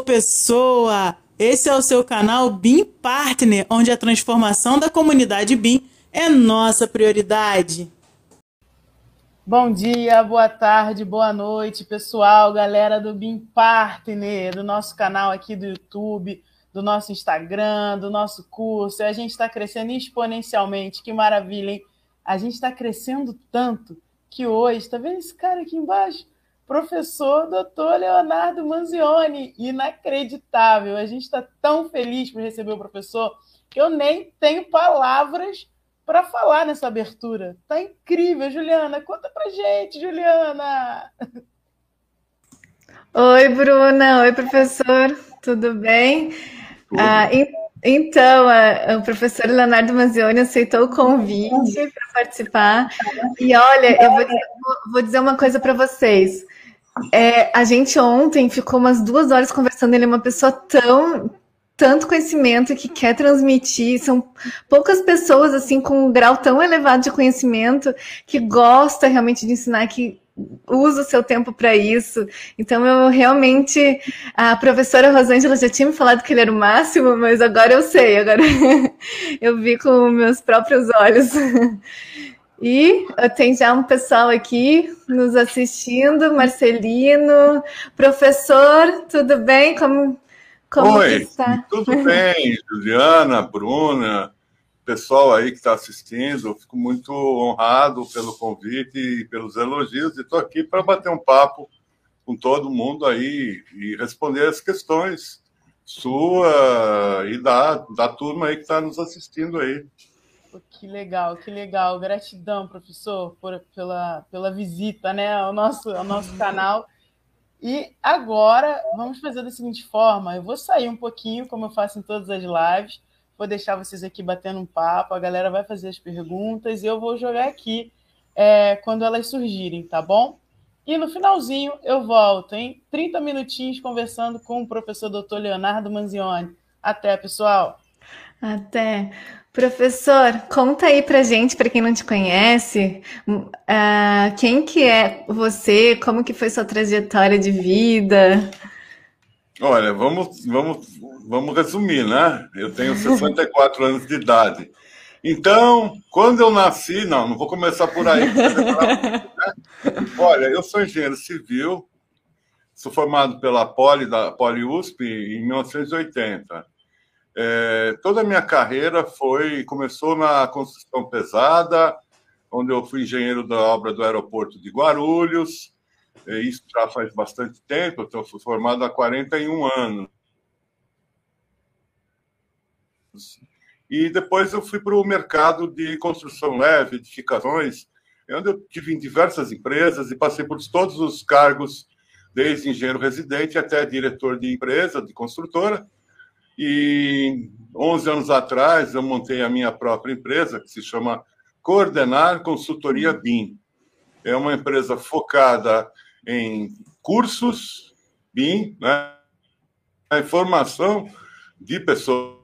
pessoa! Esse é o seu canal BIM Partner, onde a transformação da comunidade BIM é nossa prioridade. Bom dia, boa tarde, boa noite, pessoal, galera do BIM Partner, do nosso canal aqui do YouTube, do nosso Instagram, do nosso curso. A gente está crescendo exponencialmente, que maravilha, hein? A gente está crescendo tanto que hoje, tá vendo esse cara aqui embaixo? Professor Dr. Leonardo Manzioni, inacreditável. A gente está tão feliz por receber o professor que eu nem tenho palavras para falar nessa abertura. Tá incrível, Juliana. Conta pra gente, Juliana. Oi, Bruna. Oi, professor. Tudo bem? Então, o professor Leonardo Manzioni aceitou o convite para participar. E olha, eu vou dizer uma coisa para vocês. A gente ontem ficou umas 2 horas conversando. Ele é uma pessoa tanto conhecimento que quer transmitir. São poucas pessoas assim com um grau tão elevado de conhecimento que gosta realmente de ensinar, que usa o seu tempo para isso. Então, eu realmente... A professora Rosângela já tinha me falado que ele era o máximo, mas agora eu sei, agora eu vi com meus próprios olhos. E tem já um pessoal aqui nos assistindo. Marcelino, professor, tudo bem? Como Oi, está? tudo bem, Juliana, Bruna, pessoal aí que está assistindo. Eu fico muito honrado pelo convite e pelos elogios, e estou aqui para bater um papo com todo mundo aí e responder as questões sua e da turma aí que está nos assistindo aí. Que legal, que legal. Gratidão, professor, pela visita, né, ao nosso canal. E agora, vamos fazer da seguinte forma: eu vou sair um pouquinho, como eu faço em todas as lives, vou deixar vocês aqui batendo um papo, a galera vai fazer as perguntas e eu vou jogar aqui quando elas surgirem, tá bom? E no finalzinho eu volto, em 30 minutinhos, conversando com o professor Dr. Leonardo Manzioni. Até, pessoal! Até. Professor, conta aí pra gente, para quem não te conhece, quem que é você, como que foi sua trajetória de vida? Olha, vamos resumir, né? Eu tenho 64 anos de idade. Então, quando eu nasci... Não vou começar por aí. Olha, eu sou engenheiro civil, sou formado pela Poli USP em 1980. Toda a minha carreira começou na construção pesada, onde eu fui engenheiro da obra do aeroporto de Guarulhos. Isso já faz bastante tempo, eu fui formado há 41 anos. E depois eu fui para o mercado de construção leve, edificações, onde eu tive em diversas empresas e passei por todos os cargos, desde engenheiro residente até diretor de empresa, de construtora. E 11 anos atrás eu montei a minha própria empresa, que se chama Coordenar Consultoria BIM. É uma empresa focada em cursos BIM, né, em formação de pessoas,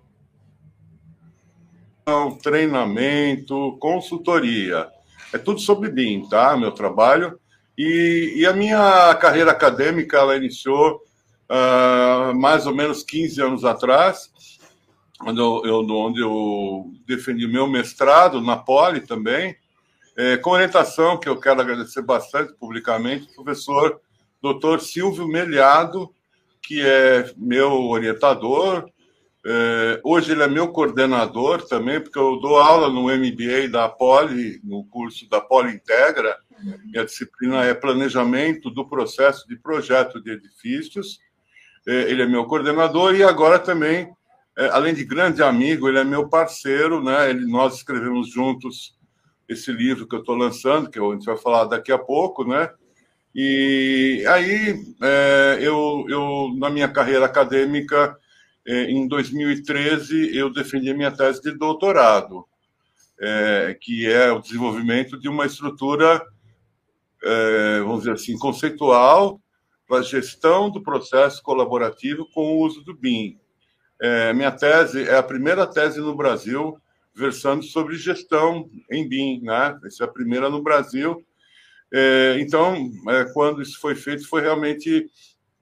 treinamento, consultoria. É tudo sobre BIM, tá? Meu trabalho. E a minha carreira acadêmica, ela iniciou mais ou menos 15 anos atrás, onde eu defendi meu mestrado na Poli também, com orientação, que eu quero agradecer bastante publicamente, o professor Dr. Silvio Meliado, que é meu orientador. Hoje ele é meu coordenador também, porque eu dou aula no MBA da Poli, no curso da Poli Integra, e a disciplina é Planejamento do Processo de Projeto de Edifícios. Ele é meu coordenador e agora também, além de grande amigo, ele é meu parceiro, né? Nós escrevemos juntos esse livro que eu estou lançando, que a gente vai falar daqui a pouco, né? E aí, eu na minha carreira acadêmica, em 2013, eu defendi a minha tese de doutorado, que é o desenvolvimento de uma estrutura, vamos dizer assim, conceitual para a gestão do processo colaborativo com o uso do BIM. Minha tese é a primeira tese no Brasil versando sobre gestão em BIM, né? Essa é a primeira no Brasil. Então, quando isso foi feito, foi realmente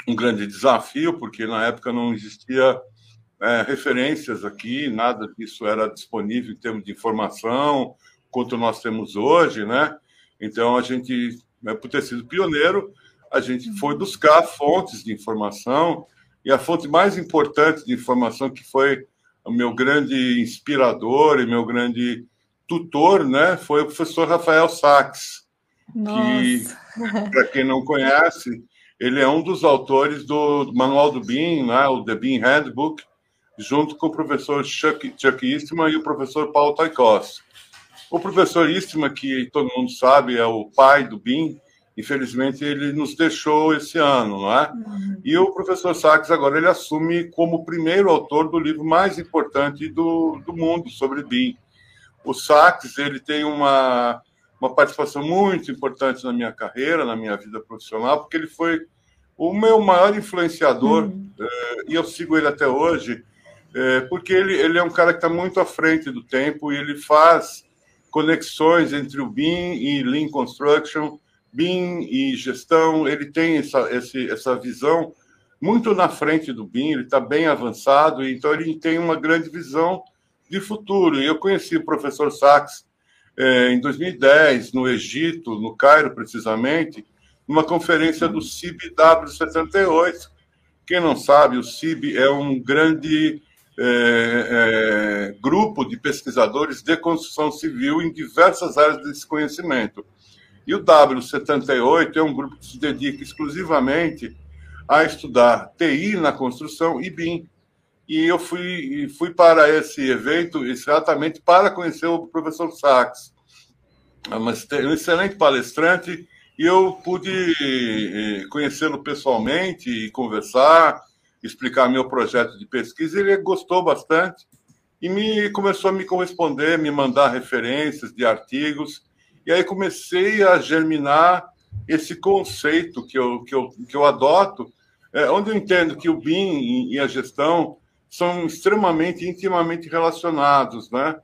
um grande desafio, porque na época não existia referências aqui, nada disso era disponível em termos de informação, quanto nós temos hoje, né? Então, a gente, por ter sido pioneiro, a gente foi buscar fontes de informação, e a fonte mais importante de informação, que foi o meu grande inspirador e meu grande tutor, né, foi o professor Rafael Sachs, que, para quem não conhece, ele é um dos autores do Manual do Bean, né, o The Bean Handbook, junto com o professor Chuck Eastman e o professor Paul Tykos. O professor Eastman, que todo mundo sabe, é o pai do Bean, infelizmente ele nos deixou esse ano, não é? E o professor Sachs agora ele assume como o primeiro autor do livro mais importante do mundo sobre Bean. O Sachs ele tem uma participação muito importante na minha carreira, na minha vida profissional, porque ele foi o meu maior influenciador, e eu sigo ele até hoje, porque ele é um cara que está muito à frente do tempo e ele faz conexões entre o Bean e Lean Construction, Bean e gestão. Ele tem essa visão muito na frente do Bean, ele está bem avançado, então ele tem uma grande visão de futuro. E eu conheci o professor Sachs em 2010, no Egito, no Cairo, precisamente, numa conferência do CIB-W78. Quem não sabe, o CIB é um grande grupo de pesquisadores de construção civil em diversas áreas desse conhecimento. E o W78 é um grupo que se dedica exclusivamente a estudar TI na construção e BIM. E eu fui para esse evento exatamente para conhecer o professor Sachs, um excelente palestrante, e eu pude conhecê-lo pessoalmente e conversar, explicar meu projeto de pesquisa. Ele gostou bastante e começou a me corresponder, me mandar referências de artigos, e aí comecei a germinar esse conceito que eu adoto, onde eu entendo que o BIM e a gestão são extremamente, intimamente relacionados, né?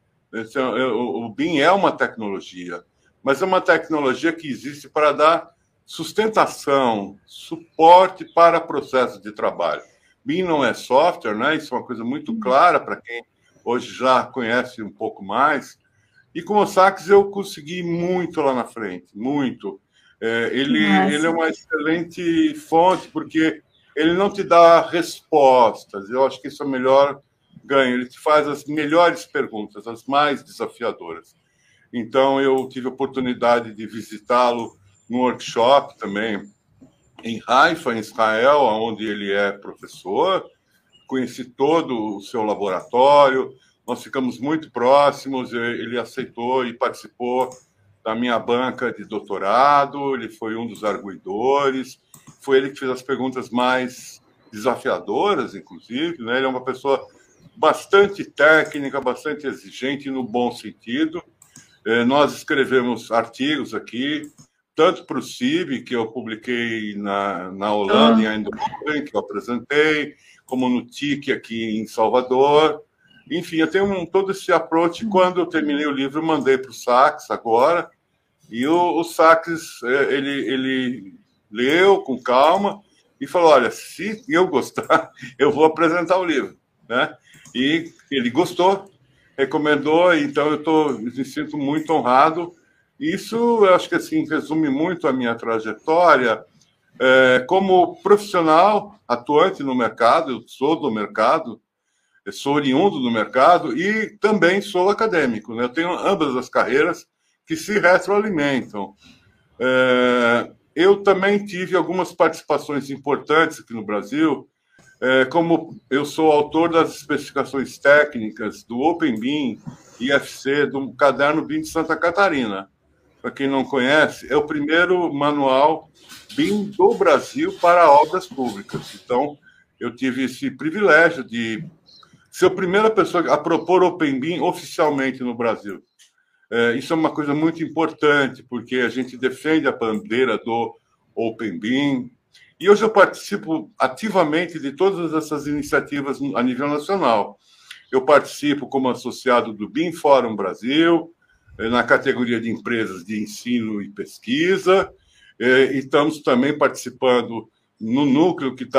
O BIM é uma tecnologia, mas é uma tecnologia que existe para dar sustentação, suporte para processos de trabalho. BIM não é software, né? Isso é uma coisa muito clara para quem hoje já conhece um pouco mais. E com o Sachs eu consegui muito lá na frente, muito. Ele é uma excelente fonte, porque ele não te dá respostas. Eu acho que isso é o melhor ganho. Ele te faz as melhores perguntas, as mais desafiadoras. Então, eu tive a oportunidade de visitá-lo num workshop também em Haifa, em Israel, onde ele é professor. Conheci todo o seu laboratório, nós ficamos muito próximos, ele aceitou e participou da minha banca de doutorado, ele foi um dos arguidores, foi ele que fez as perguntas mais desafiadoras, inclusive, né? Ele é uma pessoa bastante técnica, bastante exigente, no bom sentido. Nós escrevemos artigos aqui, tanto para o CIB, que eu publiquei na Holanda, em Eindhoven, que eu apresentei, como no TIC aqui em Salvador. Enfim, eu tenho todo esse approach. Quando eu terminei o livro, eu mandei para o Sachs agora, e o Sachs, ele leu com calma e falou, olha, se eu gostar, eu vou apresentar o livro, né? E ele gostou, recomendou, então eu me sinto muito honrado. Isso, eu acho que assim, resume muito a minha trajetória como profissional atuante no mercado. Eu sou do mercado, eu sou oriundo do mercado e também sou acadêmico, né? Eu tenho ambas as carreiras que se retroalimentam. Eu também tive algumas participações importantes aqui no Brasil, como eu sou autor das especificações técnicas do Open BIM IFC, do caderno BIM de Santa Catarina. Para quem não conhece, é o primeiro manual BIM do Brasil para obras públicas. Então, eu tive esse privilégio de ser a primeira pessoa a propor Open BIM oficialmente no Brasil. Isso é uma coisa muito importante, porque a gente defende a bandeira do Open BIM. E hoje eu participo ativamente de todas essas iniciativas a nível nacional. Eu participo como associado do BIM Fórum Brasil, na categoria de empresas de ensino e pesquisa, e estamos também participando no núcleo que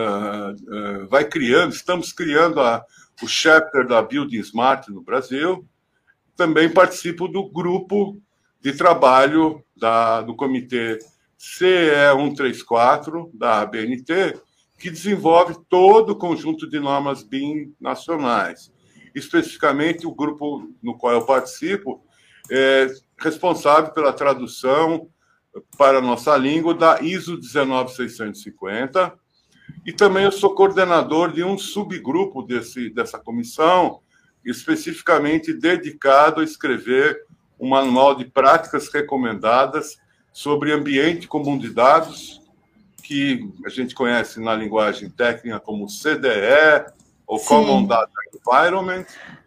estamos criando o chapter da Building Smart no Brasil. Também participo do grupo de trabalho do Comitê CE134 da ABNT, que desenvolve todo o conjunto de normas BIM nacionais. Especificamente, o grupo no qual eu participo é responsável pela tradução para a nossa língua da ISO 19650, e também eu sou coordenador de um subgrupo dessa comissão, especificamente dedicado a escrever um manual de práticas recomendadas sobre ambiente comum de dados, que a gente conhece na linguagem técnica como CDE, ou Sim. Common Data Environment,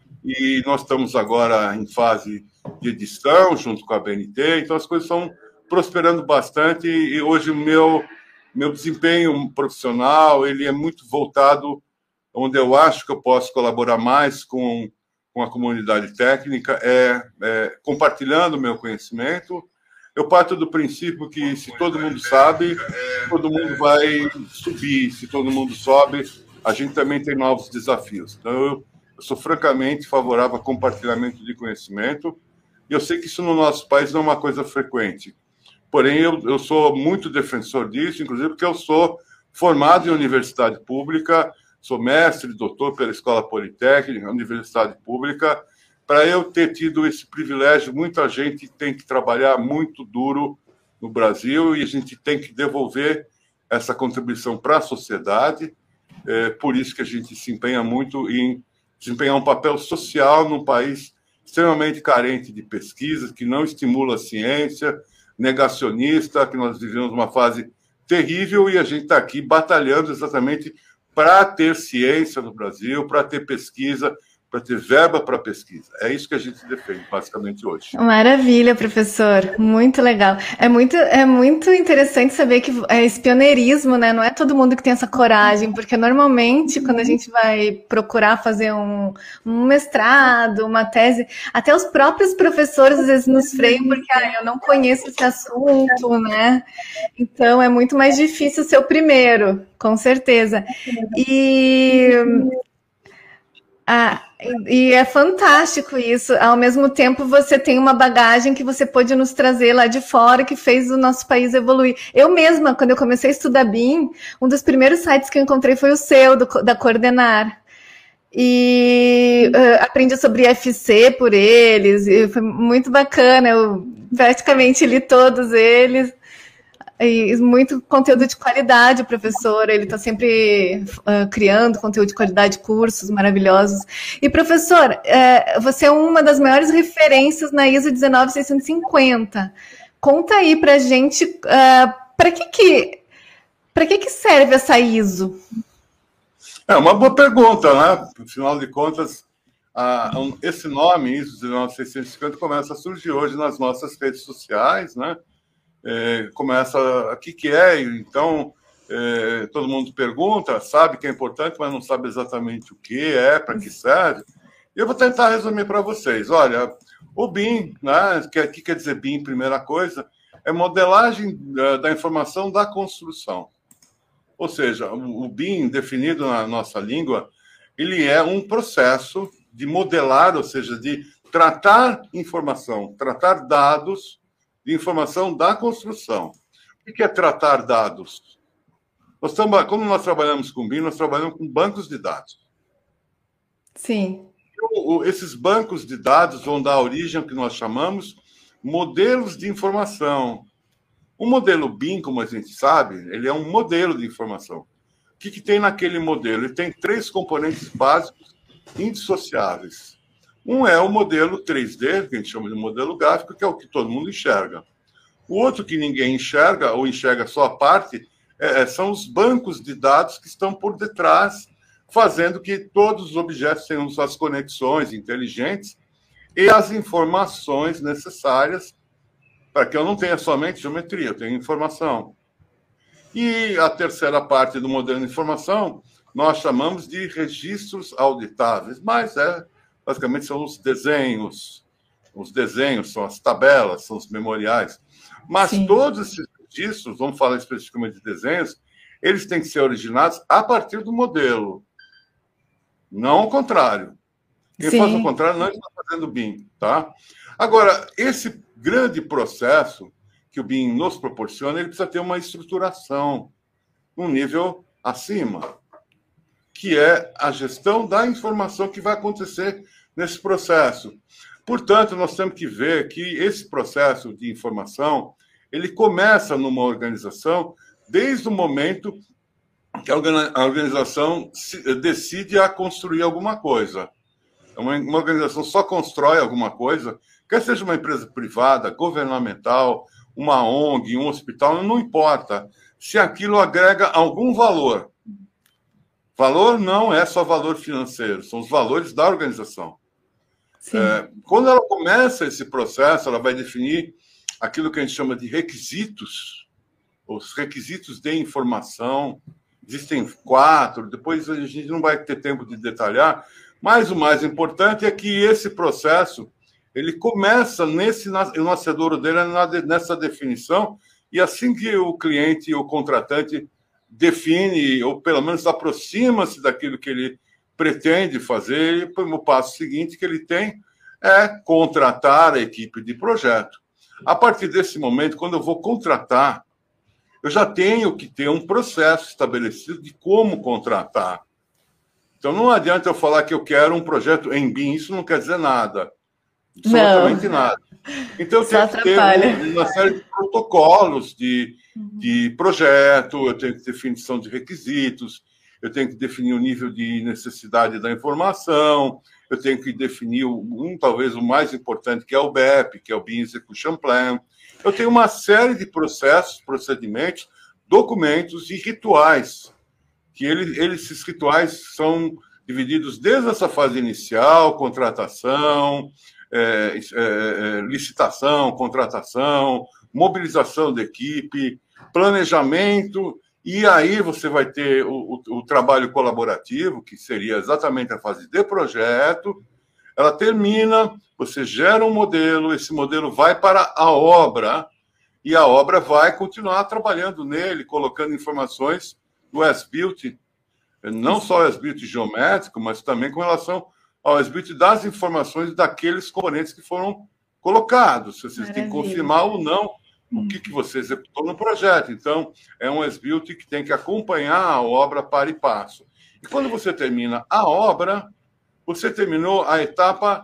e nós estamos agora em fase de edição, junto com a BNT, então as coisas estão prosperando bastante, e hoje o meu desempenho profissional ele é muito voltado onde eu acho que eu posso colaborar mais com a comunidade técnica, compartilhando o meu conhecimento. Eu parto do princípio que, se todo mundo sabe, todo mundo vai subir. Se todo mundo sobe, a gente também tem novos desafios. Então, eu sou francamente favorável ao compartilhamento de conhecimento. E eu sei que isso no nosso país não é uma coisa frequente. Porém, eu sou muito defensor disso, inclusive porque eu sou formado em universidade pública, sou mestre, doutor pela Escola Politécnica, Universidade Pública. Para eu ter tido esse privilégio, muita gente tem que trabalhar muito duro no Brasil e a gente tem que devolver essa contribuição para a sociedade. Por isso que a gente se empenha muito em desempenhar um papel social num país extremamente carente de pesquisa, que não estimula a ciência, negacionista, que nós vivemos uma fase terrível e a gente está aqui batalhando exatamente para ter ciência no Brasil, para ter pesquisa, para ter verba para pesquisa. É isso que a gente defende, basicamente, hoje. Maravilha, professor. Muito legal. É muito interessante saber que é esse pioneirismo, né? Não é todo mundo que tem essa coragem, porque normalmente, quando a gente vai procurar fazer um mestrado, uma tese, até os próprios professores às vezes nos freiam, porque eu não conheço esse assunto, né? Então, é muito mais difícil ser o primeiro, com certeza. E é fantástico isso. Ao mesmo tempo, você tem uma bagagem que você pôde nos trazer lá de fora, que fez o nosso país evoluir. Eu mesma, quando eu comecei a estudar BIM, um dos primeiros sites que eu encontrei foi o seu, da Coordenar. E aprendi sobre IFC por eles, e foi muito bacana. Eu praticamente li todos eles. E muito conteúdo de qualidade, professor. Ele está sempre criando conteúdo de qualidade, cursos maravilhosos. E, professor, você é uma das maiores referências na ISO 19650. Conta aí para a gente para que serve essa ISO? É uma boa pergunta, né? Afinal de contas, esse nome, ISO 19650, começa a surgir hoje nas nossas redes sociais, né? Começa o que é, então todo mundo pergunta, sabe que é importante, mas não sabe exatamente o que é, para que serve. E eu vou tentar resumir para vocês. Olha, o BIM, né, que quer dizer BIM, primeira coisa, é modelagem da informação da construção. Ou seja, o BIM, definido na nossa língua, ele é um processo de modelar, ou seja, de tratar informação, tratar dados de informação da construção. O que é tratar dados? Como nós trabalhamos com BIM, nós trabalhamos com bancos de dados. Sim. Esses bancos de dados vão dar origem ao que nós chamamos modelos de informação. O modelo BIM, como a gente sabe, ele é um modelo de informação. O que tem naquele modelo? Ele tem 3 componentes básicos indissociáveis. Um é o modelo 3D, que a gente chama de modelo gráfico, que é o que todo mundo enxerga. O outro que ninguém enxerga, ou enxerga só a parte, são os bancos de dados que estão por detrás, fazendo que todos os objetos tenham suas conexões inteligentes e as informações necessárias para que eu não tenha somente geometria, eu tenho informação. E a terceira parte do modelo de informação, nós chamamos de registros auditáveis, mas basicamente são os desenhos são as tabelas, são os memoriais. Mas Sim. Todos esses registros, vamos falar especificamente de desenhos, eles têm que ser originados a partir do modelo, não ao contrário. Quem faz o contrário não está fazendo BIM, tá? Agora, esse grande processo que o BIM nos proporciona, ele precisa ter uma estruturação, um nível acima, que é a gestão da informação que vai acontecer nesse processo. Portanto, nós temos que ver que esse processo de informação, ele começa numa organização desde o momento que a organização decide a construir alguma coisa. Uma organização só constrói alguma coisa, quer seja uma empresa privada, governamental, uma ONG, um hospital, não importa, se aquilo agrega algum valor. Valor não é só valor financeiro, são os valores da organização. Quando ela começa esse processo, ela vai definir aquilo que a gente chama de requisitos, os requisitos de informação. Existem 4, depois a gente não vai ter tempo de detalhar, mas o mais importante é que esse processo ele começa o nascedouro dele é nessa definição, e assim que o cliente, o contratante, define, ou pelo menos aproxima-se daquilo que ele pretende fazer, o passo seguinte que ele tem é contratar a equipe de projeto. A partir desse momento, quando eu vou contratar, eu já tenho que ter um processo estabelecido de como contratar. Então, não adianta eu falar que eu quero um projeto em BIM, isso não quer dizer nada. Absolutamente nada. Então, eu tenho que ter uma série de protocolos de projeto, eu tenho que ter definição de requisitos, eu tenho que definir o nível de necessidade da informação, eu tenho que definir talvez o mais importante, que é o BEP, que é o BIM Execution Plan. Eu tenho uma série de processos, procedimentos, documentos e rituais, que esses rituais são divididos desde essa fase inicial, contratação, licitação, contratação, mobilização da equipe, planejamento, e aí você vai ter o trabalho colaborativo, que seria exatamente a fase de projeto. Ela termina, você gera um modelo, esse modelo vai para a obra, e a obra vai continuar trabalhando nele, colocando informações do as-built, não só o as-built geométrico, mas também com relação ao as-built das informações daqueles componentes que foram colocados. Vocês têm que confirmar ou não o que você executou no projeto. Então, é um as-built que tem que acompanhar a obra para e passo. E quando você termina a obra, você terminou a etapa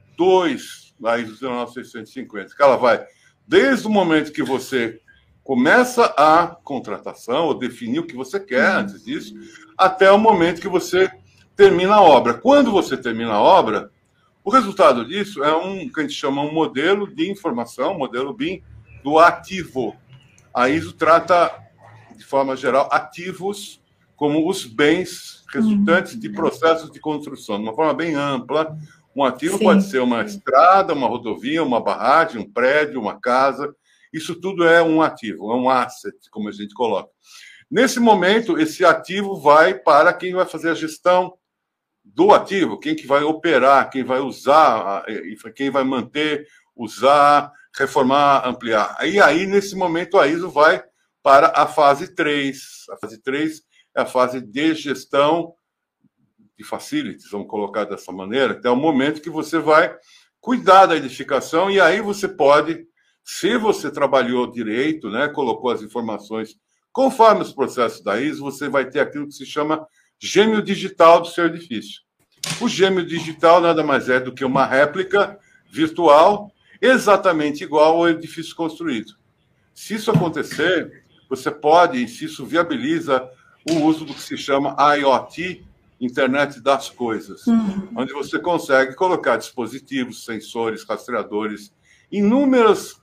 2 da ISO 19650, que ela vai desde o momento que você começa a contratação, ou definir o que você quer antes disso, até o momento que você termina a obra. Quando você termina a obra, o resultado disso é que a gente chama um modelo de informação, modelo BIM, do ativo. A ISO trata, de forma geral, ativos como os bens resultantes de processos de construção, de uma forma bem ampla. Um ativo pode ser uma estrada, uma rodovia, uma barragem, um prédio, uma casa. Isso tudo é um ativo, é um asset, como a gente coloca. Nesse momento, esse ativo vai para quem vai fazer a gestão do ativo, quem que vai operar, quem vai usar, quem vai manter, usar, reformar, ampliar. E aí, nesse momento, a ISO vai para a fase 3. A fase 3 é a fase de gestão de facilities, vamos colocar dessa maneira, até o momento que você vai cuidar da edificação, e aí você pode, se você trabalhou direito, né, colocou as informações conforme os processos da ISO, você vai ter aquilo que se chama gêmeo digital do seu edifício. O gêmeo digital nada mais é do que uma réplica virtual exatamente igual ao edifício construído. Se isso acontecer, você pode, se isso viabiliza o uso do que se chama IoT, Internet das Coisas, onde você consegue colocar dispositivos, sensores, rastreadores, inúmeros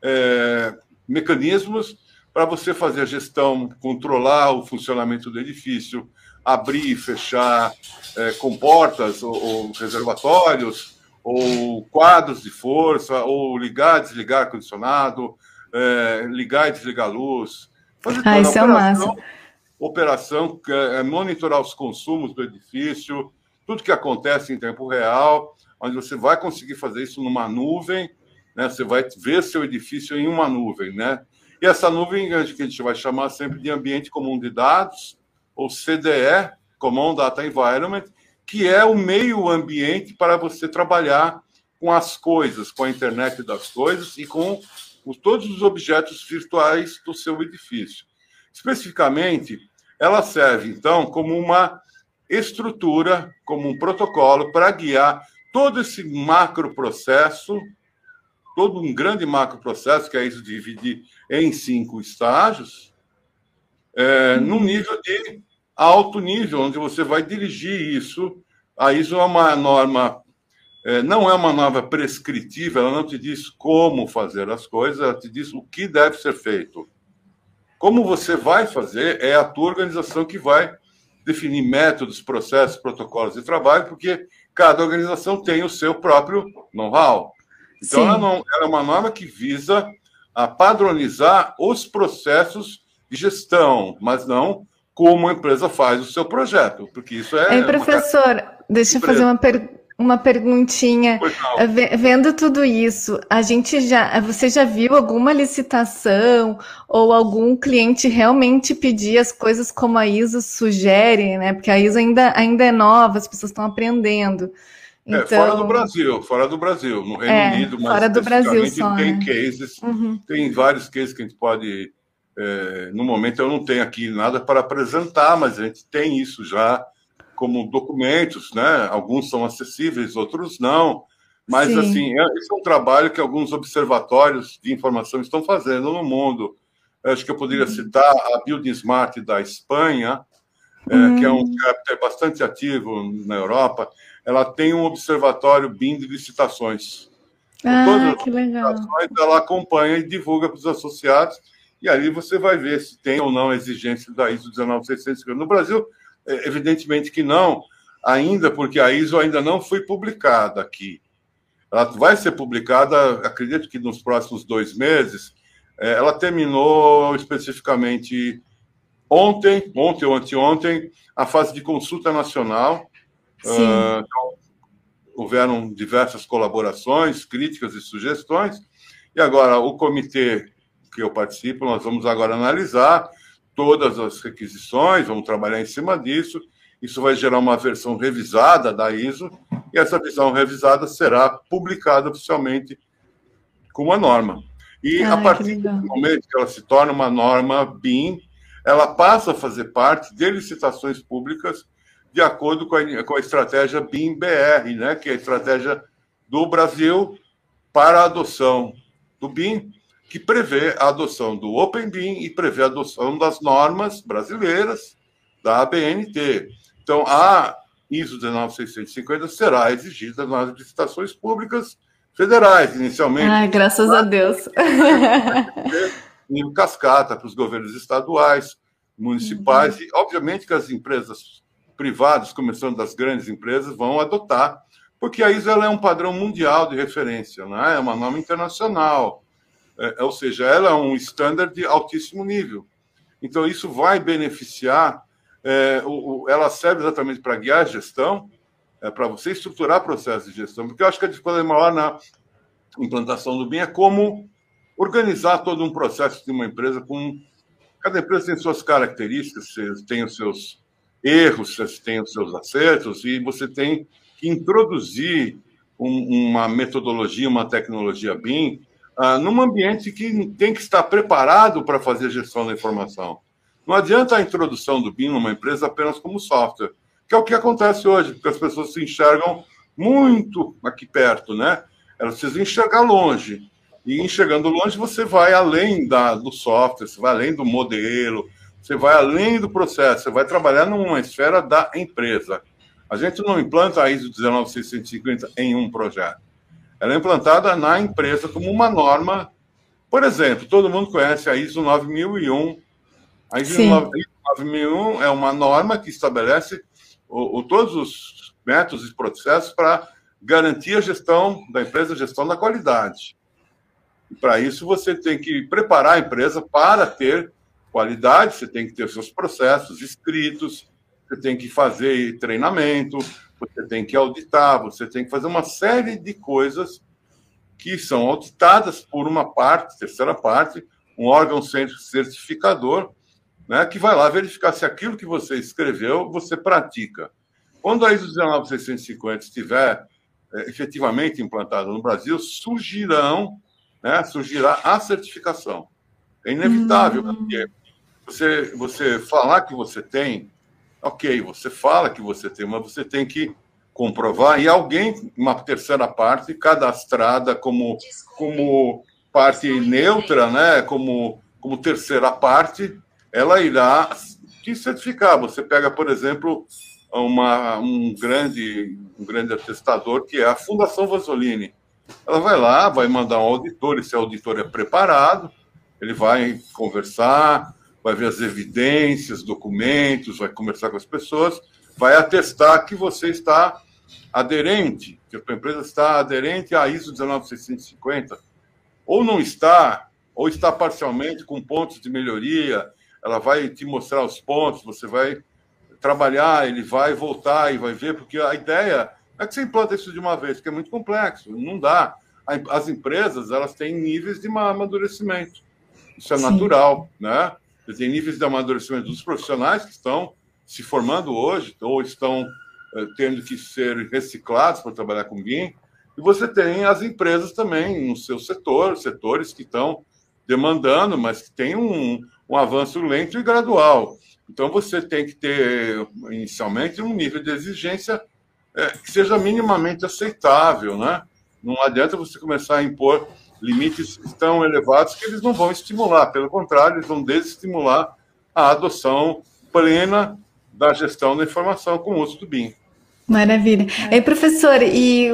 mecanismos para você fazer a gestão, controlar o funcionamento do edifício, abrir e fechar comportas ou reservatórios, ou quadros de força, ou ligar e desligar ar-condicionado, ligar e desligar a luz. Fazer toda isso a operação, monitorar os consumos do edifício, tudo que acontece em tempo real, onde você vai conseguir fazer isso numa nuvem, né? Você vai ver seu edifício em uma nuvem, né? E essa nuvem que a gente vai chamar sempre de ambiente comum de dados, ou CDE, Common Data Environment, que é o meio ambiente para você trabalhar com as coisas, com a internet das coisas e com todos os objetos virtuais do seu edifício. Especificamente, ela serve, então, como uma estrutura, como um protocolo para guiar todo esse macroprocesso, todo um grande macroprocesso, que é isso dividir em 5 estágios, num nível de alto nível, onde você vai dirigir isso. A ISO é uma norma, não é uma norma prescritiva, ela não te diz como fazer as coisas, ela te diz o que deve ser feito. Como você vai fazer, é a tua organização que vai definir métodos, processos, protocolos de trabalho, porque cada organização tem o seu próprio know-how. Então, ela é uma norma que visa a padronizar os processos de gestão, mas não como a empresa faz o seu projeto, porque isso é... Professor, deixa eu fazer uma perguntinha. Vendo tudo isso, você já viu alguma licitação ou algum cliente realmente pedir as coisas como a ISO sugere, né? Porque a ISO ainda é nova, as pessoas estão aprendendo. Então... fora do Brasil, no Reino Unido, mas fora do Brasil só, tem né? cases, tem vários cases que a gente pode... no momento eu não tenho aqui nada para apresentar, mas a gente tem isso já como documentos, né? Alguns são acessíveis, outros não. Mas, assim, esse é um trabalho que alguns observatórios de informação estão fazendo no mundo. Eu acho que eu poderia citar a Building Smart da Espanha, que é um chapter bastante ativo na Europa. Ela tem um observatório BIM de licitações. Que legal. Ela acompanha e divulga para os associados, e ali você vai ver se tem ou não a exigência da ISO 19650. No Brasil, evidentemente que não, ainda porque a ISO ainda não foi publicada aqui. Ela vai ser publicada, acredito que nos próximos 2 meses. Ela terminou especificamente ontem ou anteontem, a fase de consulta nacional. Então, houveram diversas colaborações, críticas e sugestões, e agora o comitê que eu participo, nós vamos agora analisar todas as requisições, vamos trabalhar em cima disso. Isso vai gerar uma versão revisada da ISO, e essa versão revisada será publicada oficialmente como uma norma. E a partir do momento que ela se torna uma norma BIM, ela passa a fazer parte de licitações públicas de acordo com a estratégia BIM-BR, né, que é a estratégia do Brasil para a adoção do BIM, que prevê a adoção do Open BIM e prevê a adoção das normas brasileiras da ABNT. Então, a ISO 19650 será exigida nas licitações públicas federais, inicialmente. Ai, graças a Deus. Nível cascata para os governos estaduais, municipais, e obviamente que as empresas privadas, começando das grandes empresas, vão adotar, porque a ISO ela é um padrão mundial de referência, né? É uma norma internacional. Ou seja, ela é um standard de altíssimo nível. Então, isso vai beneficiar, ela serve exatamente para guiar a gestão, para você estruturar processos de gestão, porque eu acho que a dificuldade maior na implantação do BIM é como organizar todo um processo de uma empresa. Cada empresa tem suas características, tem os seus erros, tem os seus acertos, e você tem que introduzir uma metodologia, uma tecnologia BIM, num ambiente que tem que estar preparado para fazer gestão da informação. Não adianta a introdução do BIM numa empresa apenas como software, que é o que acontece hoje, porque as pessoas se enxergam muito aqui perto, né? Elas precisam enxergar longe. E enxergando longe, você vai além do software, você vai além do modelo, você vai além do processo, você vai trabalhar numa esfera da empresa. A gente não implanta a ISO 19650 em um projeto. Ela é implantada na empresa como uma norma. Por exemplo, todo mundo conhece a ISO 9001. A ISO 9001 é uma norma que estabelece todos os métodos e processos para garantir a gestão da empresa, a gestão da qualidade. E para isso você tem que preparar a empresa para ter qualidade, você tem que ter seus processos escritos, você tem que fazer treinamento, você tem que auditar, você tem que fazer uma série de coisas que são auditadas por uma parte, terceira parte, um órgão certificador, né, que vai lá verificar se aquilo que você escreveu, você pratica. Quando a ISO 19650 estiver efetivamente implantada no Brasil, surgirá a certificação. É inevitável, porque você falar que você tem, ok, você fala que você tem, mas você tem que comprovar, e alguém, uma terceira parte, cadastrada como parte neutra, né, como terceira parte, ela irá te certificar. Você pega, por exemplo, um grande atestador, que é a Fundação Vasolini. Ela vai lá, vai mandar um auditor, esse auditor é preparado, ele vai conversar, vai ver as evidências, documentos, vai conversar com as pessoas, vai atestar que você está aderente, que a sua empresa está aderente à ISO 19650, ou não está, ou está parcialmente com pontos de melhoria. Ela vai te mostrar os pontos, você vai trabalhar, ele vai voltar e vai ver, porque a ideia é que você implanta isso de uma vez, porque é muito complexo, não dá. As empresas, elas têm níveis de amadurecimento, isso é natural, né? Tem níveis de amadurecimento dos profissionais que estão se formando hoje, ou estão tendo que ser reciclados para trabalhar com BIM, e você tem as empresas também no seu setor, setores que estão demandando, mas que tem um avanço lento e gradual. Então, você tem que ter, inicialmente, um nível de exigência que seja minimamente aceitável, né? Não adianta você começar a impor limites tão elevados que eles não vão estimular, pelo contrário, eles vão desestimular a adoção plena da gestão da informação com o uso do BIM. Maravilha. E, professor, e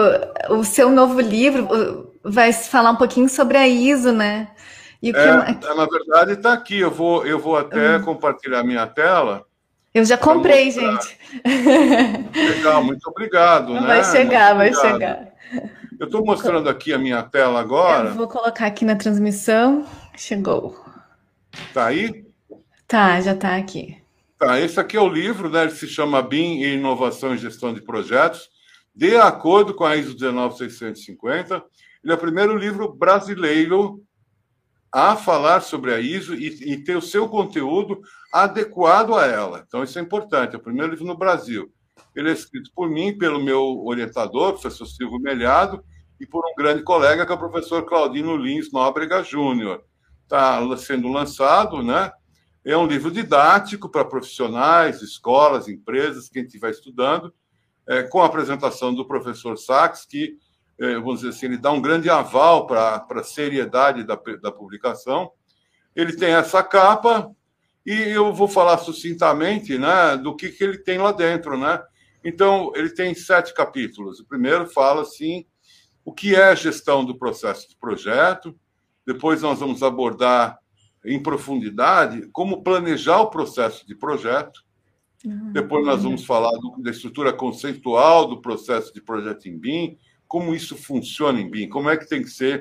o seu novo livro vai falar um pouquinho sobre a ISO, né? E na verdade, está aqui. Eu vou até compartilhar minha tela. Eu já comprei, gente. Legal, muito obrigado. Vai chegar, vai chegar. Eu estou mostrando aqui a minha tela agora. Eu vou colocar aqui na transmissão. Chegou. Tá aí? Tá, já está aqui. Tá, esse aqui é o livro, né? Ele se chama BIM e Inovação e Gestão de Projetos, de acordo com a ISO 19650. Ele é o primeiro livro brasileiro a falar sobre a ISO e ter o seu conteúdo adequado a ela. Então, isso é importante. É o primeiro livro no Brasil. Ele é escrito por mim, pelo meu orientador, professor Silvio Melhado, e por um grande colega, que é o professor Claudino Lins Nóbrega Júnior. Está sendo lançado, né? É um livro didático para profissionais, escolas, empresas, quem estiver estudando, com a apresentação do professor Sachs, que, vamos dizer assim, ele dá um grande aval para a seriedade da publicação. Ele tem essa capa, e eu vou falar sucintamente, né, do que ele tem lá dentro, né? Então, ele tem 7 capítulos. O primeiro fala, assim, o que é a gestão do processo de projeto. Depois nós vamos abordar em profundidade como planejar o processo de projeto. Depois nós vamos falar da estrutura conceitual do processo de projeto em BIM, como isso funciona em BIM, como é que tem que ser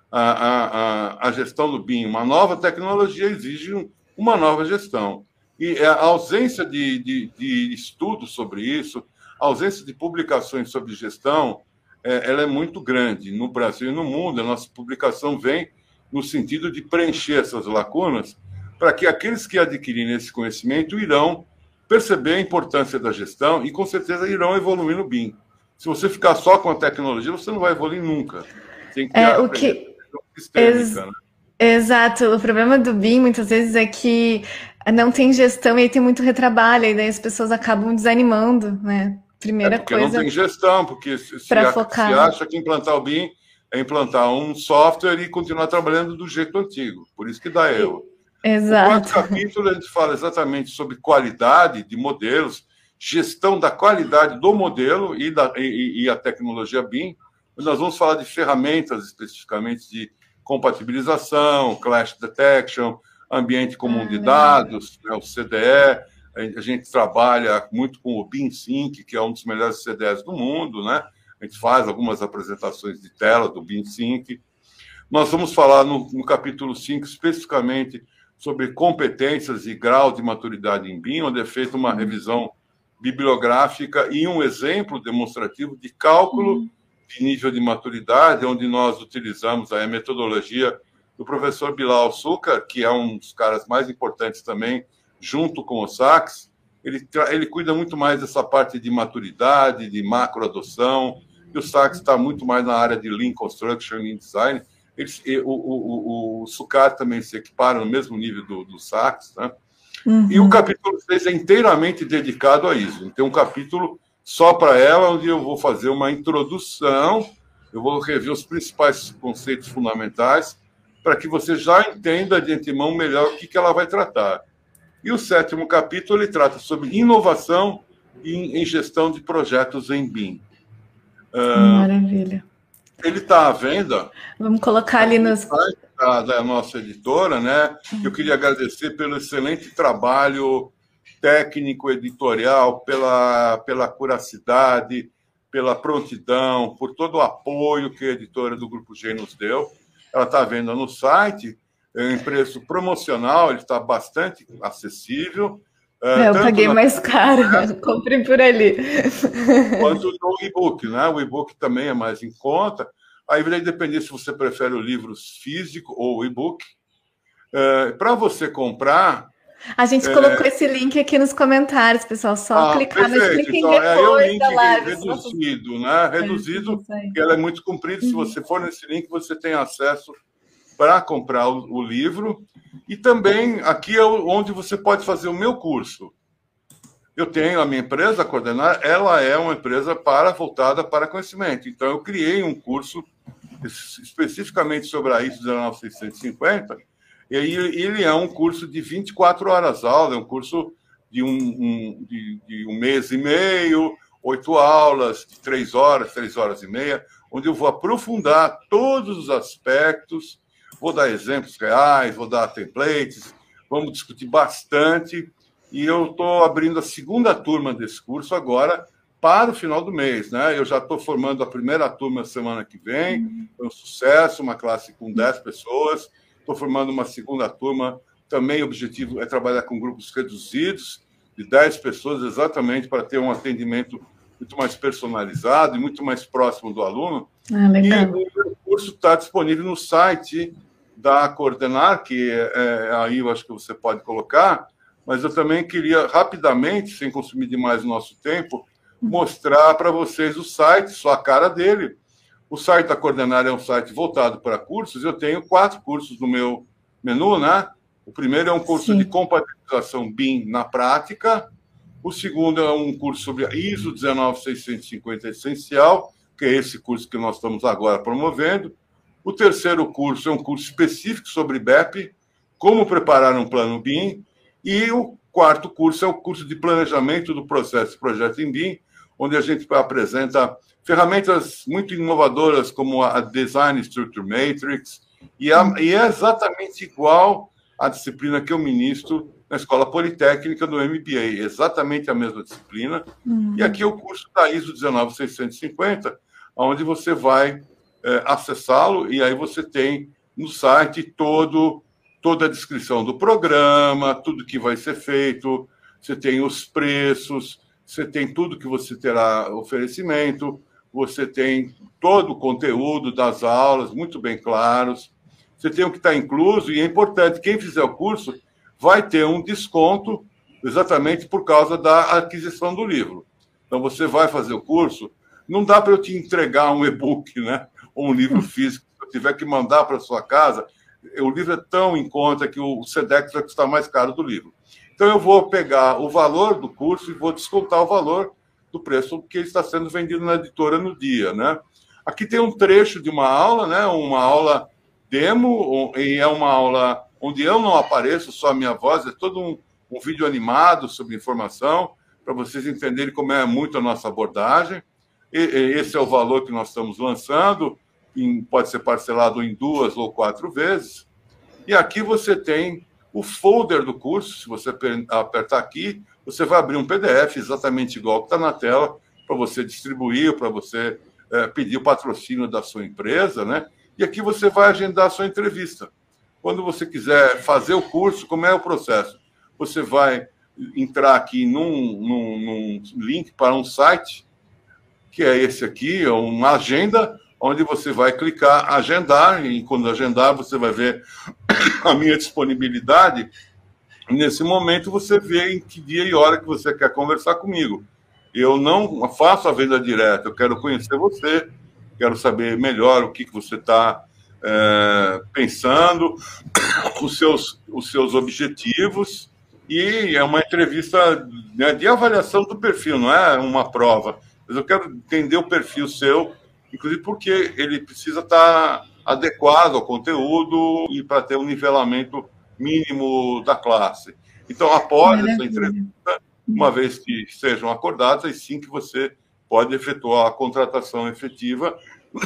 a gestão do BIM. Uma nova tecnologia exige uma nova gestão. E a ausência de estudos sobre isso, a ausência de publicações sobre gestão, ela é muito grande. No Brasil e no mundo, a nossa publicação vem no sentido de preencher essas lacunas, para que aqueles que adquirirem esse conhecimento irão perceber a importância da gestão e, com certeza, irão evoluir no BIM. Se você ficar só com a tecnologia, você não vai evoluir nunca. Tem que ter sistêmica, né? Exato. O problema do BIM, muitas vezes, é que não tem gestão e aí tem muito retrabalho, e daí as pessoas acabam desanimando, né? Primeira porque coisa. Não tem gestão, porque se acha que implantar o BIM é implantar um software e continuar trabalhando do jeito antigo. Por isso que dá erro. Exato. No 4º capítulo, a gente fala exatamente sobre qualidade de modelos, gestão da qualidade do modelo e a tecnologia BIM. Nós vamos falar de ferramentas especificamente de compatibilização, clash detection, ambiente comum de dados, né, o CDE. A gente trabalha muito com o BIM-Sync, que é um dos melhores CDEs do mundo, né? A gente faz algumas apresentações de tela do BIM-Sync. Nós vamos falar no capítulo 5, especificamente, sobre competências e grau de maturidade em BIM, onde é feita uma revisão bibliográfica e um exemplo demonstrativo de cálculo de nível de maturidade, onde nós utilizamos a metodologia do professor Bilal Sucar, que é um dos caras mais importantes também, junto com o Sachs. Ele cuida muito mais dessa parte de maturidade, de macroadoção, e o Sachs está muito mais na área de Lean Construction, Lean Design. O Sucar também se equipara no mesmo nível do Sachs, né? Uhum. E o capítulo 6 é inteiramente dedicado a isso. Tem um capítulo só para ela, onde eu vou fazer uma introdução, eu vou rever os principais conceitos fundamentais, para que você já entenda de antemão melhor o que ela vai tratar. E o 7º capítulo, ele trata sobre inovação em gestão de projetos em BIM. Maravilha. Ele está à venda. Vamos colocar ali nos... da nossa editora, né? Eu queria agradecer pelo excelente trabalho técnico, editorial, pela curacidade, pela prontidão, por todo o apoio que a editora do Grupo G nos deu. Ela está à venda no site, em preço promocional, ele está bastante acessível. Eu paguei mais caro, comprei por ali. Quanto no e-book, né? O e-book também é mais em conta. Aí vai depender se você prefere o livro físico ou o e-book. Para você comprar... A gente colocou esse link aqui nos comentários, pessoal. Só clicar, perfeito. Mas cliquem então, depois é o link da live. Reduzido, né? Reduzido, porque ele é muito comprido. Se você for nesse link, você tem acesso para comprar o livro. E também aqui é onde você pode fazer o meu curso. Eu tenho a minha empresa, a Coordenar, ela é uma empresa voltada para conhecimento. Então, eu criei um curso especificamente sobre a ISO 19650, e aí ele é um curso de 24 horas aula, é um curso de um mês e meio, 8 aulas, de 3 horas e meia, onde eu vou aprofundar todos os aspectos, vou dar exemplos reais, vou dar templates, vamos discutir bastante, e eu estou abrindo a 2ª turma desse curso agora para o final do mês, né? Eu já estou formando a primeira turma semana que vem, é um sucesso, uma classe com 10 pessoas, estou formando uma 2ª turma, também o objetivo é trabalhar com grupos reduzidos, de 10 pessoas, exatamente para ter um atendimento muito mais personalizado e muito mais próximo do aluno. Legal. E o curso está disponível no site da Coordenar, que aí eu acho que você pode colocar, mas eu também queria rapidamente, sem consumir demais o nosso tempo, mostrar para vocês o site, só a cara dele. O site da Coordenar é um site voltado para cursos. Eu tenho 4 cursos no meu menu, né? O primeiro é um curso de compatibilização BIM na prática. O segundo é um curso sobre a ISO 19650 essencial, que é esse curso que nós estamos agora promovendo. O terceiro curso é um curso específico sobre BEP, como preparar um plano BIM. E o 4º curso é o curso de planejamento do processo de projeto em BIM, onde a gente apresenta ferramentas muito inovadoras como a Design Structure Matrix, e é exatamente igual à disciplina que eu ministro na Escola Politécnica do MBA, exatamente a mesma disciplina. E aqui é o curso da ISO 19650, onde você vai acessá-lo, e aí você tem no site toda a descrição do programa, tudo que vai ser feito, você tem os preços, você tem tudo que você terá oferecimento, você tem todo o conteúdo das aulas, muito bem claros, você tem o que está incluso, e é importante, quem fizer o curso vai ter um desconto exatamente por causa da aquisição do livro. Então, você vai fazer o curso, não dá para eu te entregar um e-book, né, ou um livro físico, se eu tiver que mandar para sua casa, o livro é tão em conta que o SEDEX vai custar mais caro do livro. Então, eu vou pegar o valor do curso e vou descontar o valor do preço que está sendo vendido na editora no dia, né? Aqui tem um trecho de uma aula, né? Uma aula demo, e é uma aula onde eu não apareço, só a minha voz, é todo um vídeo animado sobre informação, para vocês entenderem como é muito a nossa abordagem. Esse é o valor que nós estamos lançando, pode ser parcelado em 2 ou 4 vezes. E aqui você tem o folder do curso. Se você apertar aqui, você vai abrir um PDF exatamente igual que está na tela, para você distribuir, para você pedir o patrocínio da sua empresa, né? E aqui você vai agendar a sua entrevista. Quando você quiser fazer o curso, como é o processo? Você vai entrar aqui num link para um site, que é esse aqui, é uma agenda, onde você vai clicar agendar, e quando agendar você vai ver a minha disponibilidade. Nesse momento você vê em que dia e hora que você quer conversar comigo. Eu não faço a venda direta, eu quero conhecer você, quero saber melhor o que você está pensando, os seus objetivos, e é uma entrevista, né, de avaliação do perfil, não é uma prova. Mas eu quero entender o perfil seu, inclusive porque ele precisa estar adequado ao conteúdo e para ter um nivelamento mínimo da classe. Então, após essa entrevista, uma vez que sejam acordados, aí sim que você pode efetuar a contratação efetiva.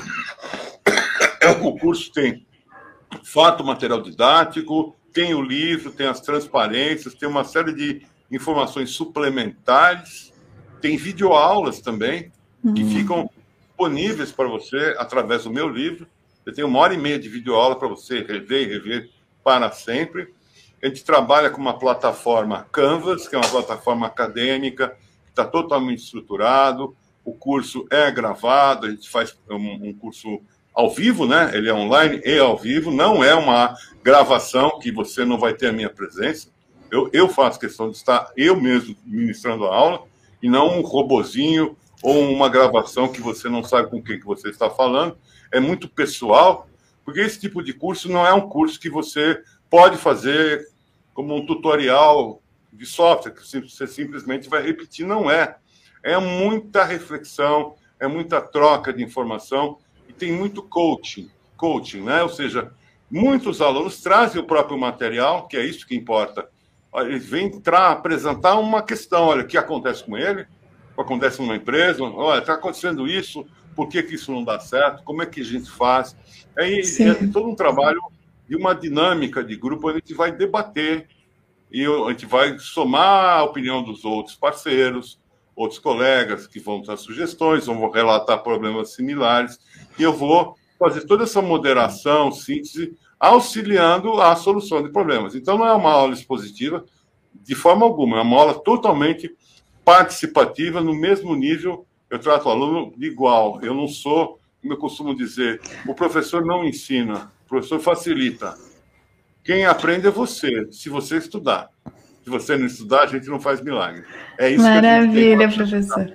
O curso tem fato material didático, tem o livro, tem as transparências, tem uma série de informações suplementares, tem videoaulas também, que ficam disponíveis para você através do meu livro. Eu tenho 1h30 de videoaula para você rever e rever para sempre. A gente trabalha com uma plataforma Canvas, que é uma plataforma acadêmica, que está totalmente estruturado. O curso é gravado, a gente faz um curso ao vivo, né? Ele é online e ao vivo, não é uma gravação que você não vai ter a minha presença. Eu faço questão de estar eu mesmo ministrando a aula, e não um robozinho ou uma gravação que você não sabe com quem que você está falando. É muito pessoal, porque esse tipo de curso não é um curso que você pode fazer como um tutorial de software, que você simplesmente vai repetir. Não é. É muita reflexão, é muita troca de informação, e tem muito coaching, né? Ou seja, muitos alunos trazem o próprio material, que é isso que importa. Eles vêm apresentar uma questão, olha, o que acontece com ele, o que acontece numa empresa, olha, está acontecendo isso, por que isso não dá certo, como é que a gente faz. É todo um trabalho e uma dinâmica de grupo, onde a gente vai debater, e a gente vai somar a opinião dos outros parceiros, outros colegas que vão dar sugestões, vão relatar problemas similares, e eu vou fazer toda essa moderação, síntese, auxiliando a solução de problemas. Então, não é uma aula expositiva, de forma alguma, é uma aula totalmente participativa, no mesmo nível. Eu trato o aluno de igual. Eu não sou, como eu costumo dizer, o professor não ensina, o professor facilita. Quem aprende é você, se você estudar. Se você não estudar, a gente não faz milagre. É isso. Maravilha, que a gente tem, professor.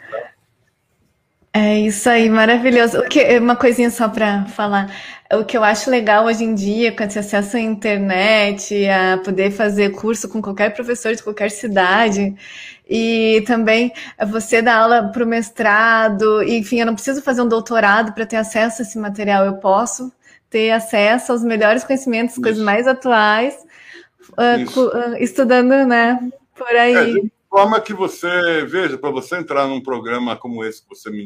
É isso aí, maravilhoso. Uma coisinha só para falar. O que eu acho legal hoje em dia, com esse acesso à internet, a poder fazer curso com qualquer professor de qualquer cidade, e também você dar aula para o mestrado, enfim, eu não preciso fazer um doutorado para ter acesso a esse material, eu posso ter acesso aos melhores conhecimentos, coisas mais atuais, estudando, né, por aí. De forma que você, veja, para você entrar num programa como esse, que você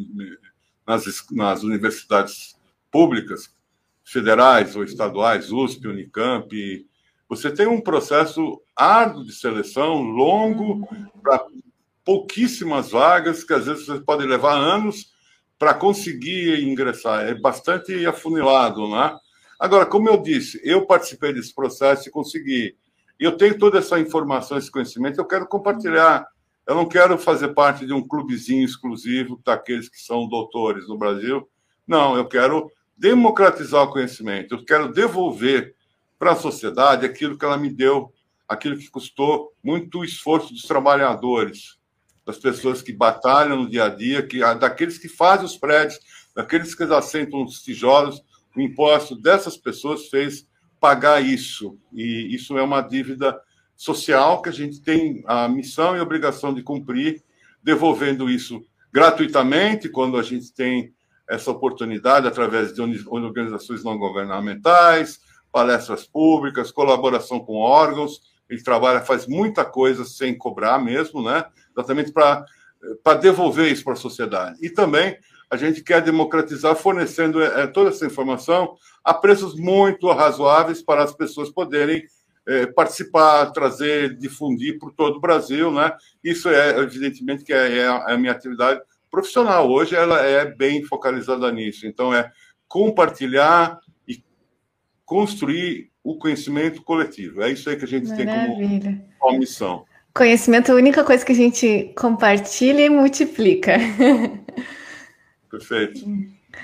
nas universidades públicas, federais ou estaduais, USP, Unicamp, você tem um processo árduo de seleção, longo, para pouquíssimas vagas, que às vezes você pode levar anos para conseguir ingressar. É bastante afunilado, né? Agora, como eu disse, eu participei desse processo e consegui. E eu tenho toda essa informação, esse conhecimento, eu quero compartilhar. Eu não quero fazer parte de um clubezinho exclusivo daqueles que são doutores no Brasil. Não, eu quero democratizar o conhecimento. Eu quero devolver para a sociedade aquilo que ela me deu, aquilo que custou muito esforço dos trabalhadores, das pessoas que batalham no dia a dia, daqueles que fazem os prédios, daqueles que assentam os tijolos. O imposto dessas pessoas fez pagar isso. E isso é uma dívida social que a gente tem a missão e a obrigação de cumprir, devolvendo isso gratuitamente, quando a gente tem essa oportunidade, através de organizações não governamentais, palestras públicas, colaboração com órgãos. Ele faz muita coisa sem cobrar mesmo, né? Exatamente para devolver isso para a sociedade. E também a gente quer democratizar, fornecendo toda essa informação a preços muito razoáveis para as pessoas poderem participar, trazer, difundir por todo o Brasil, né? Isso evidentemente, que é a minha atividade profissional. Hoje ela é bem focalizada nisso. Então, é compartilhar e construir o conhecimento coletivo. É isso aí que a gente tem como missão. Conhecimento é a única coisa que a gente compartilha e multiplica. Perfeito.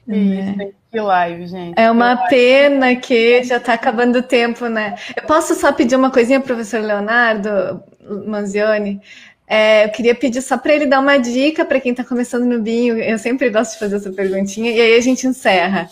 Isso, que live, gente. É uma pena que já está acabando o tempo, né? Eu posso só pedir uma coisinha, professor Leonardo Manzioni? Eu queria pedir só para ele dar uma dica para quem está começando no BIM. Eu sempre gosto de fazer essa perguntinha, e aí a gente encerra.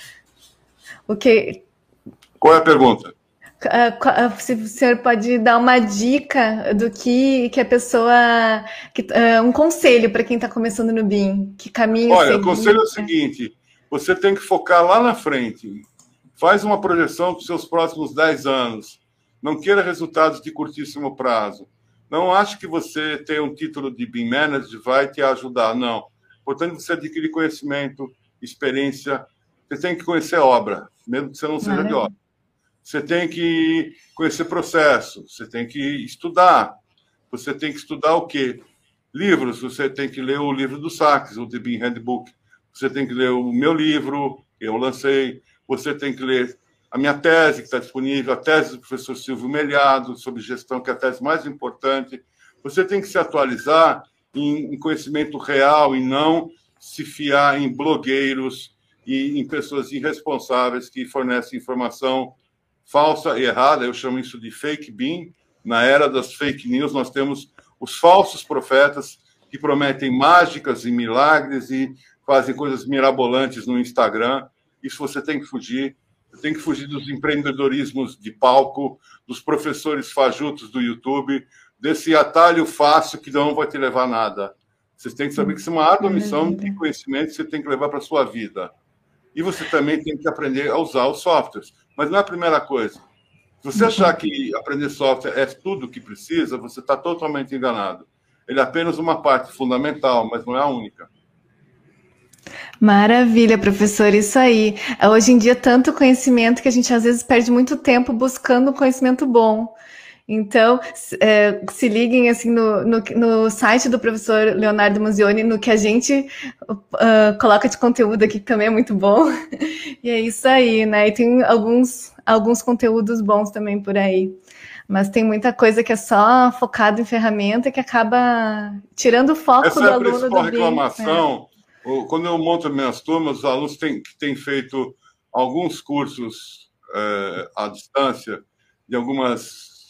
Qual é a pergunta? Se o senhor pode dar uma dica do que a pessoa... um conselho para quem está começando no BIM, que caminho Olha, seguir. o conselho é o seguinte, você tem que focar lá na frente. Faz uma projeção dos seus próximos 10 anos. Não queira resultados de curtíssimo prazo. Não ache que você ter um título de BIM Manager vai te ajudar, não. Portanto, você adquirir conhecimento, experiência. Você tem que conhecer obra, mesmo que você não seja de obra. Você tem que conhecer processo, você tem que estudar. Você tem que estudar o quê? Livros, você tem que ler o livro do Sachs, o The BIM Handbook. Você tem que ler o meu livro, que eu lancei. Você tem que ler a minha tese, que está disponível, a tese do professor Silvio Melhado, sobre gestão, que é a tese mais importante. Você tem que se atualizar em conhecimento real e não se fiar em blogueiros e em pessoas irresponsáveis que fornecem informação falsa e errada. Eu chamo isso de fake BIM. Na era das fake news, nós temos os falsos profetas que prometem mágicas e milagres e fazem coisas mirabolantes no Instagram. Isso você tem que fugir. Você tem que fugir dos empreendedorismos de palco, dos professores fajutos do YouTube, desse atalho fácil que não vai te levar a nada. Você tem que saber que isso é uma árdua missão de conhecimento que você tem que levar para a sua vida. E você também tem que aprender a usar os softwares. Mas não é a primeira coisa. Se você achar que aprender software é tudo o que precisa, você está totalmente enganado. Ele é apenas uma parte fundamental, mas não é a única. Maravilha, professor, isso aí. Hoje em dia, tanto conhecimento que a gente às vezes perde muito tempo buscando conhecimento bom. Então, se liguem assim no site do professor Leonardo Manzioni, no que a gente coloca de conteúdo aqui, que também é muito bom. E é isso aí, né? E tem alguns conteúdos bons também por aí. Mas tem muita coisa que é só focado em ferramenta que acaba tirando o foco do aluno do BIM. Essa é a principal reclamação. Quando eu monto minhas turmas, os alunos têm feito alguns cursos à distância de algumas...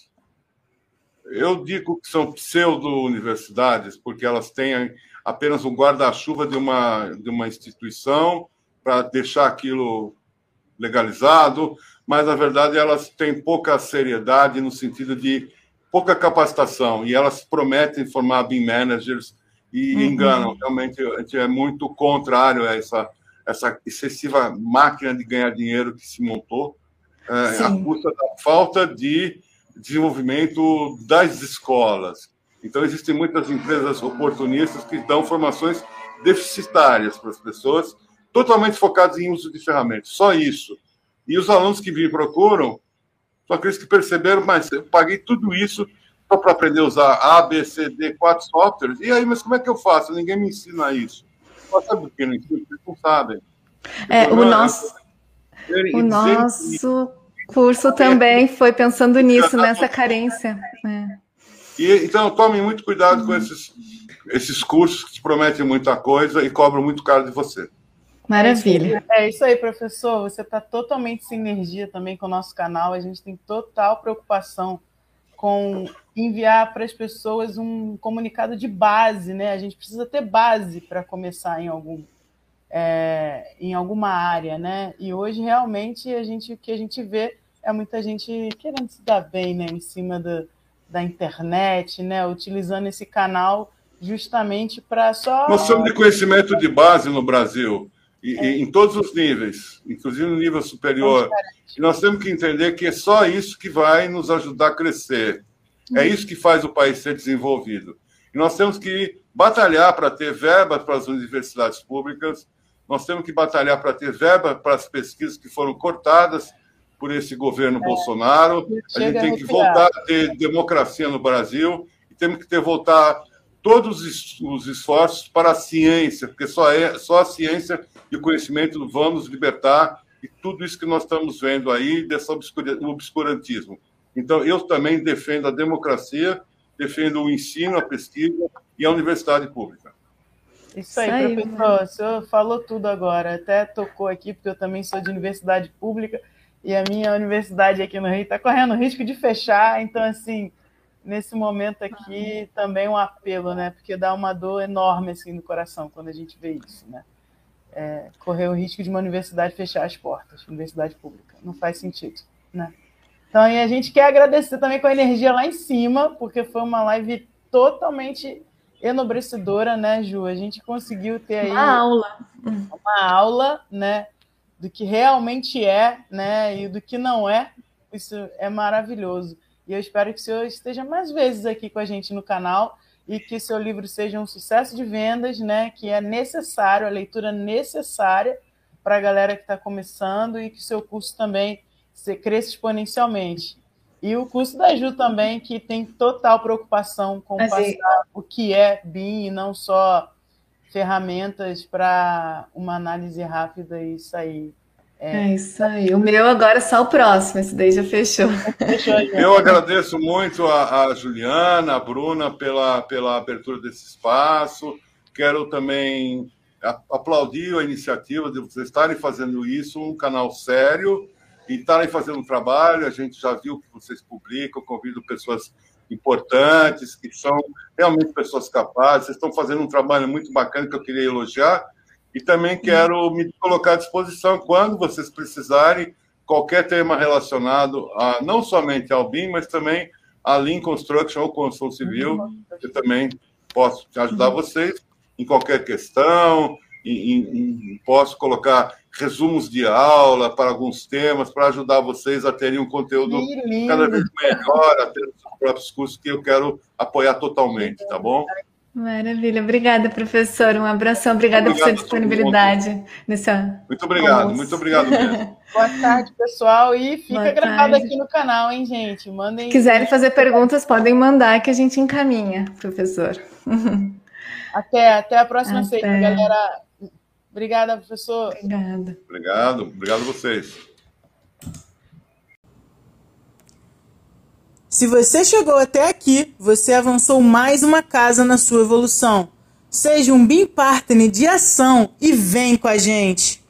Eu digo que são pseudo-universidades, porque elas têm apenas um guarda-chuva de uma instituição para deixar aquilo legalizado, mas, na verdade, elas têm pouca seriedade no sentido de pouca capacitação, e elas prometem formar BIM managers e enganam. Realmente, a gente é muito contrário a essa excessiva máquina de ganhar dinheiro que se montou, à custa da falta de desenvolvimento das escolas. Então, existem muitas empresas oportunistas que dão formações deficitárias para as pessoas, totalmente focadas em uso de ferramentas. Só isso. E os alunos que me procuram são aqueles que perceberam, mas eu paguei tudo isso só para aprender a usar A, B, C, D, 4 softwares. E aí, mas como é que eu faço? Ninguém me ensina isso. Mas sabe por que não ensina? Vocês não sabem. O nosso curso também foi pensando nisso, nessa carência. Então, tomem muito cuidado com esses cursos que te prometem muita coisa e cobram muito caro de você. Maravilha. É isso aí, professor. Você está totalmente sem energia também com o nosso canal. A gente tem total preocupação com enviar para as pessoas um comunicado de base, né? A gente precisa ter base para começar em alguma área, né? E hoje, realmente, o que a gente vê é muita gente querendo se dar bem, né? Em cima da internet, né? Utilizando esse canal justamente para só... Nós somos de conhecimento de base no Brasil, em todos os níveis, inclusive no nível superior. E nós temos que entender que é só isso que vai nos ajudar a crescer. É isso que faz o país ser desenvolvido. E nós temos que batalhar para ter verba para as universidades públicas, nós temos que batalhar para ter verba para as pesquisas que foram cortadas por esse governo Bolsonaro. A gente tem que voltar a ter democracia no Brasil e temos que voltar todos os esforços para a ciência, porque só a ciência e o conhecimento vão nos libertar de tudo isso que nós estamos vendo aí, desse obscurantismo. Então, eu também defendo a democracia, defendo o ensino, a pesquisa e a universidade pública. Isso aí, professor, o senhor falou tudo agora, até tocou aqui, porque eu também sou de universidade pública, e a minha universidade aqui no Rio está correndo risco de fechar, então, assim, nesse momento aqui, também um apelo, né, porque dá uma dor enorme, assim, no coração, quando a gente vê isso, né, correr o risco de uma universidade fechar as portas, universidade pública, não faz sentido, né. Então, e a gente quer agradecer também com a energia lá em cima, porque foi uma live totalmente enobrecedora, né, Ju? A gente conseguiu ter aí uma aula, né, do que realmente é, né, e do que não é. Isso é maravilhoso. E eu espero que o senhor esteja mais vezes aqui com a gente no canal e que seu livro seja um sucesso de vendas, né, que é necessário, a leitura necessária para a galera que está começando e que o seu curso também cresça exponencialmente. E o curso da Ju também, que tem total preocupação com passar o que é BIM e não só ferramentas para uma análise rápida e sair. É isso aí. O meu agora é só o próximo, esse daí já fechou. Eu agradeço muito a Juliana, a Bruna, pela abertura desse espaço. Quero também aplaudir a iniciativa de vocês estarem fazendo isso, um canal sério, e estarem fazendo um trabalho. A gente já viu que vocês publicam, convido pessoas importantes, que são realmente pessoas capazes. Vocês estão fazendo um trabalho muito bacana que eu queria elogiar, e também quero me colocar à disposição quando vocês precisarem, qualquer tema relacionado não somente ao BIM, mas também a Lean Construction ou construção civil. Eu também posso ajudar vocês em qualquer questão, posso colocar resumos de aula para alguns temas, para ajudar vocês a terem um conteúdo cada vez melhor, a ter os próprios cursos que eu quero apoiar totalmente, tá bom? Maravilha, obrigada, professor. Um abração, obrigada por sua disponibilidade. Muito obrigado mesmo. Boa tarde, pessoal, e fica gravado aqui no canal, hein, gente? Mandem. Se quiserem fazer perguntas, podem mandar que a gente encaminha, professor. Até a próxima sexta, galera. Obrigada, professor. Obrigado a vocês. Se você chegou até aqui, você avançou mais uma casa na sua evolução. Seja um BIM Partner de ação e vem com a gente!